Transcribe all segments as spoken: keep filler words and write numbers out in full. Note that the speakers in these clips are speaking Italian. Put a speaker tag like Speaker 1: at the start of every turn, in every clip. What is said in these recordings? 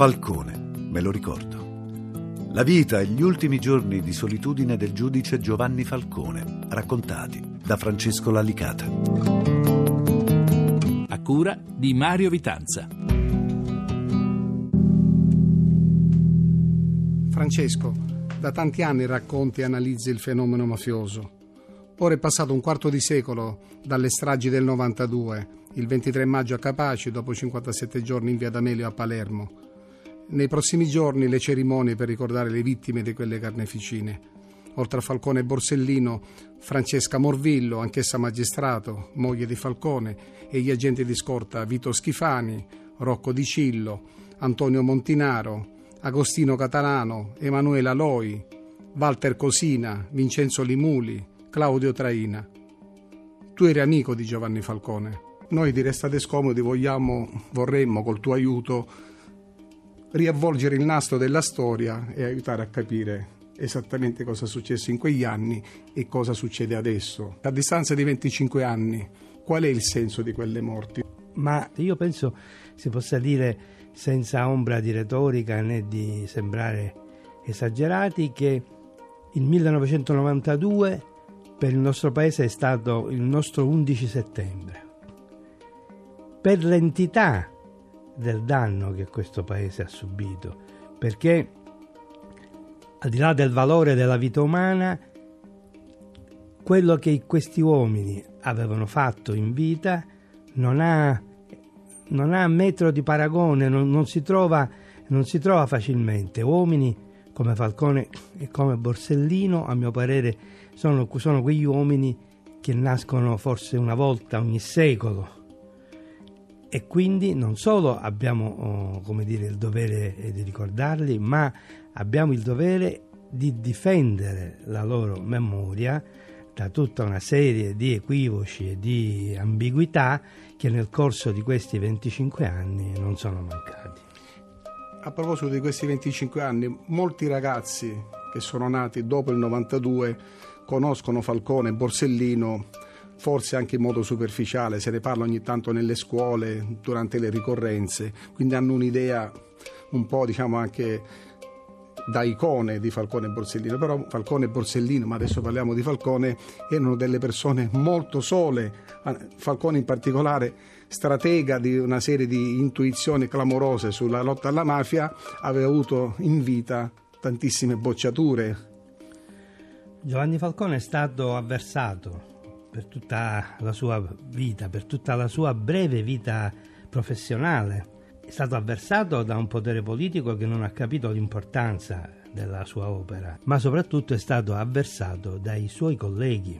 Speaker 1: Falcone, me lo ricordo. La vita e gli ultimi giorni di solitudine del giudice Giovanni Falcone, raccontati da Francesco Lalicata.
Speaker 2: A cura di Mario Vitanza.
Speaker 3: Francesco, da tanti anni racconti e analizzi il fenomeno mafioso. Ora è passato un quarto di secolo dalle stragi del novantadue, il ventitré maggio a Capaci, dopo cinquantasette giorni in via D'Amelio a Palermo. Nei prossimi giorni le cerimonie per ricordare le vittime di quelle carneficine. Oltre a Falcone e Borsellino, Francesca Morvillo, anch'essa magistrato, moglie di Falcone, e gli agenti di scorta Vito Schifani, Rocco Di Cillo, Antonio Montinaro, Agostino Catalano, Emanuela Loi, Walter Cosina, Vincenzo Limuli, Claudio Traina. Tu eri amico di Giovanni Falcone. Noi di Restate Scomodi vogliamo, vorremmo, col tuo aiuto, riavvolgere il nastro della storia e aiutare a capire esattamente cosa è successo in quegli anni e cosa succede adesso. A distanza di venticinque anni, qual è il senso di quelle morti?
Speaker 4: Ma io penso si possa dire senza ombra di retorica né di sembrare esagerati che il millenovecentonovantadue per il nostro paese è stato il nostro undici settembre. Per l'entità del danno che questo paese ha subito, perché al di là del valore della vita umana, quello che questi uomini avevano fatto in vita non ha, non ha metro di paragone, non, non, si trova, non si trova facilmente. Uomini come Falcone e come Borsellino, a mio parere, sono, sono quegli uomini che nascono forse una volta ogni secolo. E quindi non solo abbiamo, oh, come dire, il dovere di ricordarli, ma abbiamo il dovere di difendere la loro memoria da tutta una serie di equivoci e di ambiguità che nel corso di questi venticinque anni non sono mancati.
Speaker 3: A proposito di questi venticinque anni, molti ragazzi che sono nati dopo il novantadue conoscono Falcone e Borsellino, forse anche in modo superficiale, se ne parla ogni tanto nelle scuole, durante le ricorrenze, quindi hanno un'idea un po', diciamo, anche da icone di Falcone e Borsellino. Però Falcone e Borsellino, ma adesso parliamo di Falcone, erano delle persone molto sole. Falcone in particolare, stratega di una serie di intuizioni clamorose sulla lotta alla mafia, aveva avuto in vita tantissime bocciature.
Speaker 4: Giovanni Falcone è stato avversato per tutta la sua vita, per tutta la sua breve vita professionale. È stato avversato da un potere politico che non ha capito l'importanza della sua opera, ma soprattutto è stato avversato dai suoi colleghi.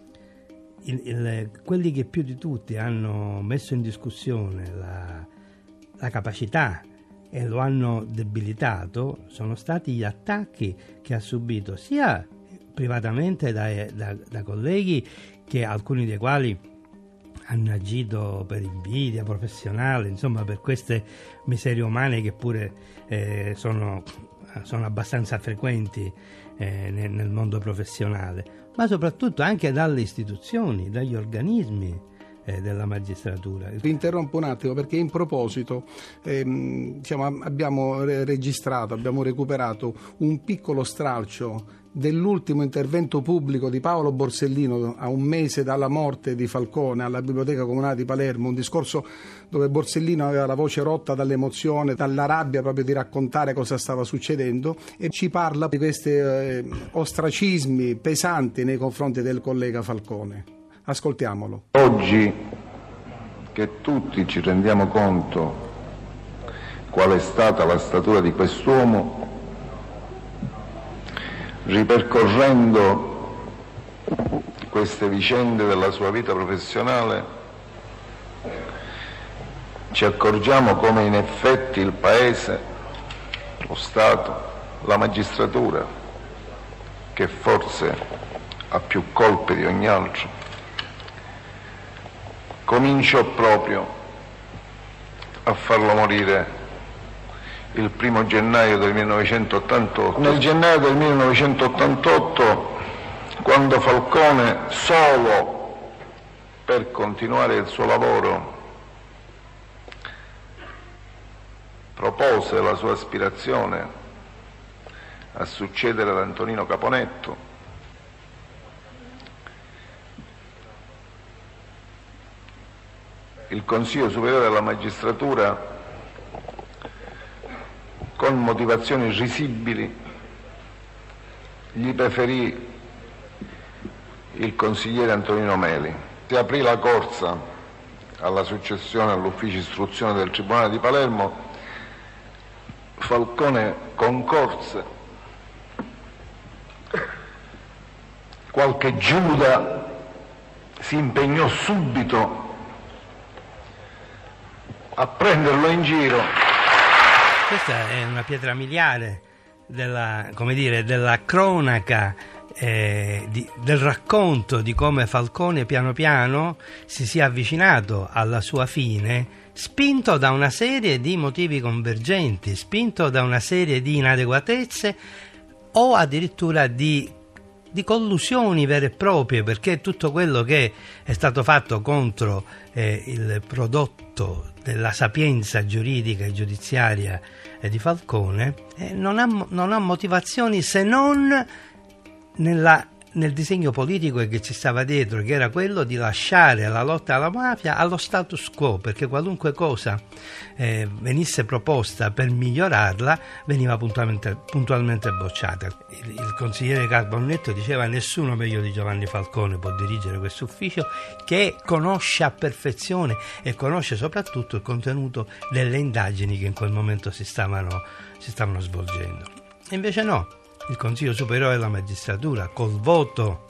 Speaker 4: Il, il, quelli che più di tutti hanno messo in discussione la, la capacità e lo hanno debilitato sono stati gli attacchi che ha subito sia privatamente da, da, da colleghi, che alcuni dei quali hanno agito per invidia professionale, insomma per queste miserie umane che pure eh, sono, sono abbastanza frequenti eh, nel, nel mondo professionale, ma soprattutto anche dalle istituzioni, dagli organismi eh, della magistratura.
Speaker 3: Vi interrompo un attimo perché in proposito ehm, diciamo, abbiamo registrato, abbiamo recuperato un piccolo stralcio dell'ultimo intervento pubblico di Paolo Borsellino a un mese dalla morte di Falcone alla Biblioteca Comunale di Palermo, un discorso dove Borsellino aveva la voce rotta dall'emozione, dalla rabbia proprio di raccontare cosa stava succedendo, e ci parla di questi eh, ostracismi pesanti nei confronti del collega Falcone. Ascoltiamolo.
Speaker 5: Oggi che tutti ci rendiamo conto qual è stata la statura di quest'uomo, ripercorrendo queste vicende della sua vita professionale, ci accorgiamo come in effetti il Paese, lo Stato, la magistratura, che forse ha più colpe di ogni altro, cominciò proprio a farlo morire il primo gennaio del millenovecentottantotto. Nel gennaio del millenovecentottantotto, quando Falcone, solo per continuare il suo lavoro, propose la sua aspirazione a succedere ad Antonino Caponetto, il Consiglio Superiore della Magistratura, con motivazioni risibili, gli preferì il consigliere Antonino Meli. Si aprì la corsa alla successione all'ufficio istruzione del Tribunale di Palermo. Falcone concorse, qualche Giuda si impegnò subito a prenderlo in giro.
Speaker 4: Questa è una pietra miliare della, come dire, della cronaca, eh, di, del racconto di come Falcone piano piano si sia avvicinato alla sua fine, spinto da una serie di motivi convergenti, spinto da una serie di inadeguatezze o addirittura di, di collusioni vere e proprie, perché tutto quello che è stato fatto contro eh, il prodotto della sapienza giuridica e giudiziaria eh, di Falcone eh, non, ha, non ha motivazioni se non nella, nel disegno politico che ci stava dietro, che era quello di lasciare la lotta alla mafia allo status quo, perché qualunque cosa eh, venisse proposta per migliorarla veniva puntualmente, puntualmente bocciata. Il, il consigliere Carbonetto diceva: nessuno meglio di Giovanni Falcone può dirigere questo ufficio, che conosce a perfezione e conosce soprattutto il contenuto delle indagini che in quel momento si stavano, si stavano svolgendo. E invece no, il Consiglio Superiore della Magistratura, col voto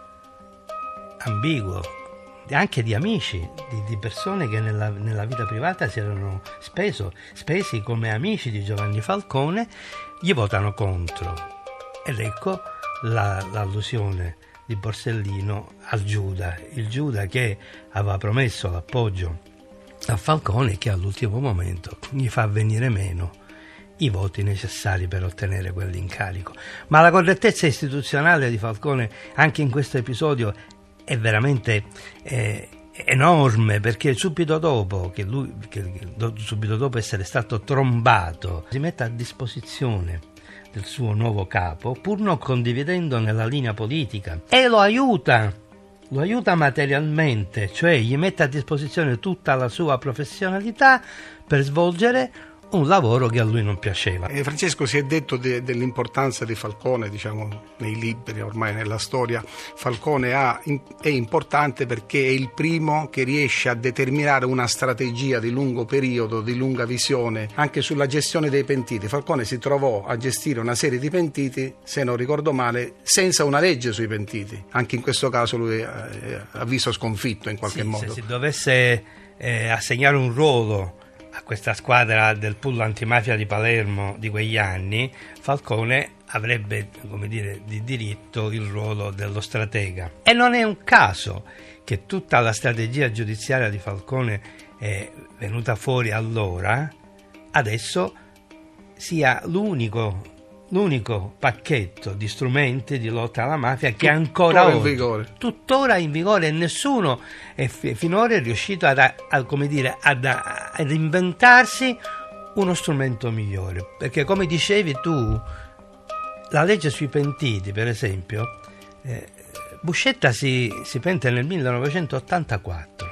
Speaker 4: ambiguo anche di amici, di, di persone che nella, nella vita privata si erano speso, spesi come amici di Giovanni Falcone, gli votano contro. Ed ecco la, l'allusione di Borsellino al Giuda, il Giuda che aveva promesso l'appoggio a Falcone e che all'ultimo momento gli fa venire meno i voti necessari per ottenere quell'incarico. Ma la correttezza istituzionale di Falcone anche in questo episodio è veramente eh, enorme, perché subito dopo che lui che, che, subito dopo essere stato trombato si mette a disposizione del suo nuovo capo, pur non condividendone la linea politica, e lo aiuta lo aiuta materialmente, cioè gli mette a disposizione tutta la sua professionalità per svolgere un lavoro che a lui non piaceva.
Speaker 3: Eh, Francesco, si è detto de, dell'importanza di Falcone, diciamo, nei libri, ormai nella storia. Falcone ha, in, è importante perché è il primo che riesce a determinare una strategia di lungo periodo, di lunga visione, anche sulla gestione dei pentiti. Falcone si trovò a gestire una serie di pentiti, se non ricordo male, senza una legge sui pentiti. Anche in questo caso lui ha, ha visto sconfitto in qualche
Speaker 4: sì,
Speaker 3: modo.
Speaker 4: Se si dovesse eh, assegnare un ruolo a questa squadra del pool antimafia di Palermo di quegli anni, Falcone avrebbe, come dire, di diritto il ruolo dello stratega. E non è un caso che tutta la strategia giudiziaria di Falcone è venuta fuori allora, adesso sia l'unico l'unico pacchetto di strumenti di lotta alla mafia che ancora oggi, in vigore. tuttora in vigore, e nessuno è f- finora è riuscito ad, a, come dire, ad, ad inventarsi uno strumento migliore, perché come dicevi tu, la legge sui pentiti, per esempio, eh, Buscetta si, si pente nel millenovecentottantaquattro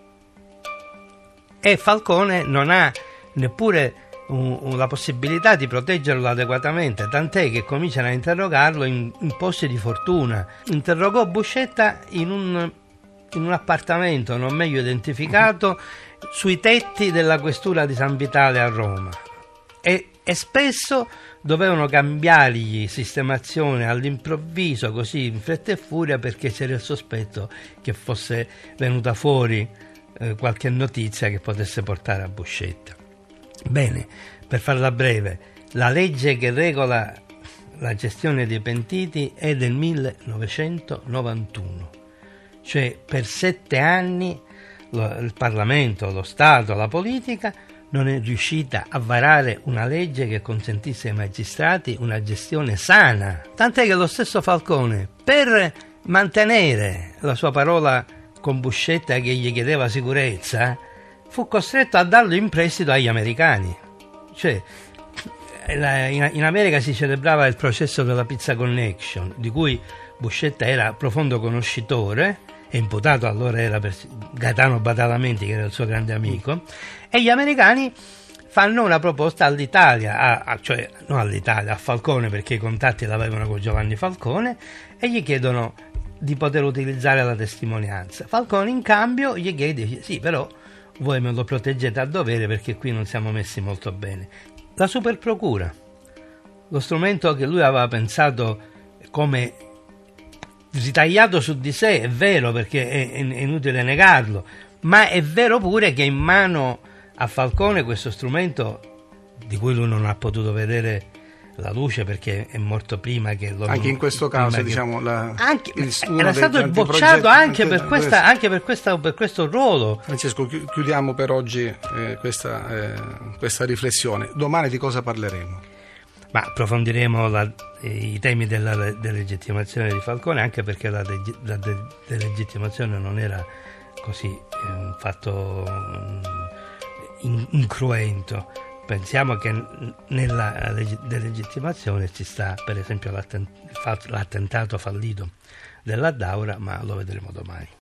Speaker 4: e Falcone non ha neppure la possibilità di proteggerlo adeguatamente, tant'è che cominciano a interrogarlo in, in posti di fortuna. Interrogò Buscetta in un, in un appartamento non meglio identificato sui tetti della questura di San Vitale a Roma, e, e spesso dovevano cambiargli sistemazione all'improvviso, così in fretta e furia, perché c'era il sospetto che fosse venuta fuori eh, qualche notizia che potesse portare a Buscetta. Bene, per farla breve, la legge che regola la gestione dei pentiti è del millenovecentonovantuno, cioè per sette anni lo, il Parlamento, lo Stato, la politica non è riuscita a varare una legge che consentisse ai magistrati una gestione sana, tant'è che lo stesso Falcone, per mantenere la sua parola con Buscetta che gli chiedeva sicurezza, fu costretto a darlo in prestito agli americani. cioè in America si celebrava il processo della Pizza Connection, di cui Buscetta era profondo conoscitore, e imputato allora era per Gaetano Badalamenti, che era il suo grande amico, e gli americani fanno una proposta all'Italia, a, a, cioè non all'Italia, a Falcone, perché i contatti l'avevano con Giovanni Falcone, e gli chiedono di poter utilizzare la testimonianza. Falcone in cambio gli chiede: sì, però voi me lo proteggete a dovere, perché qui non siamo messi molto bene. La superprocura, lo strumento che lui aveva pensato come ritagliato su di sé, è vero, perché è, è inutile negarlo, ma è vero pure che in mano a Falcone questo strumento, di cui lui non ha potuto vedere la luce perché è morto prima che lo
Speaker 3: anche in questo caso
Speaker 4: che,
Speaker 3: diciamo la,
Speaker 4: anche,
Speaker 3: il,
Speaker 4: era stato bocciato anche, per, questa, anche per, questa, per questo ruolo.
Speaker 3: Francesco, chiudiamo per oggi eh, questa, eh, questa riflessione. Domani di cosa parleremo?
Speaker 4: Ma approfondiremo la, i temi della delegittimazione di Falcone, anche perché la, de, la de, delegittimazione non era così eh, un fatto um, incruento. Pensiamo che nella delegittimazione ci sta per esempio l'attentato fallito dell'Addaura, ma lo vedremo domani.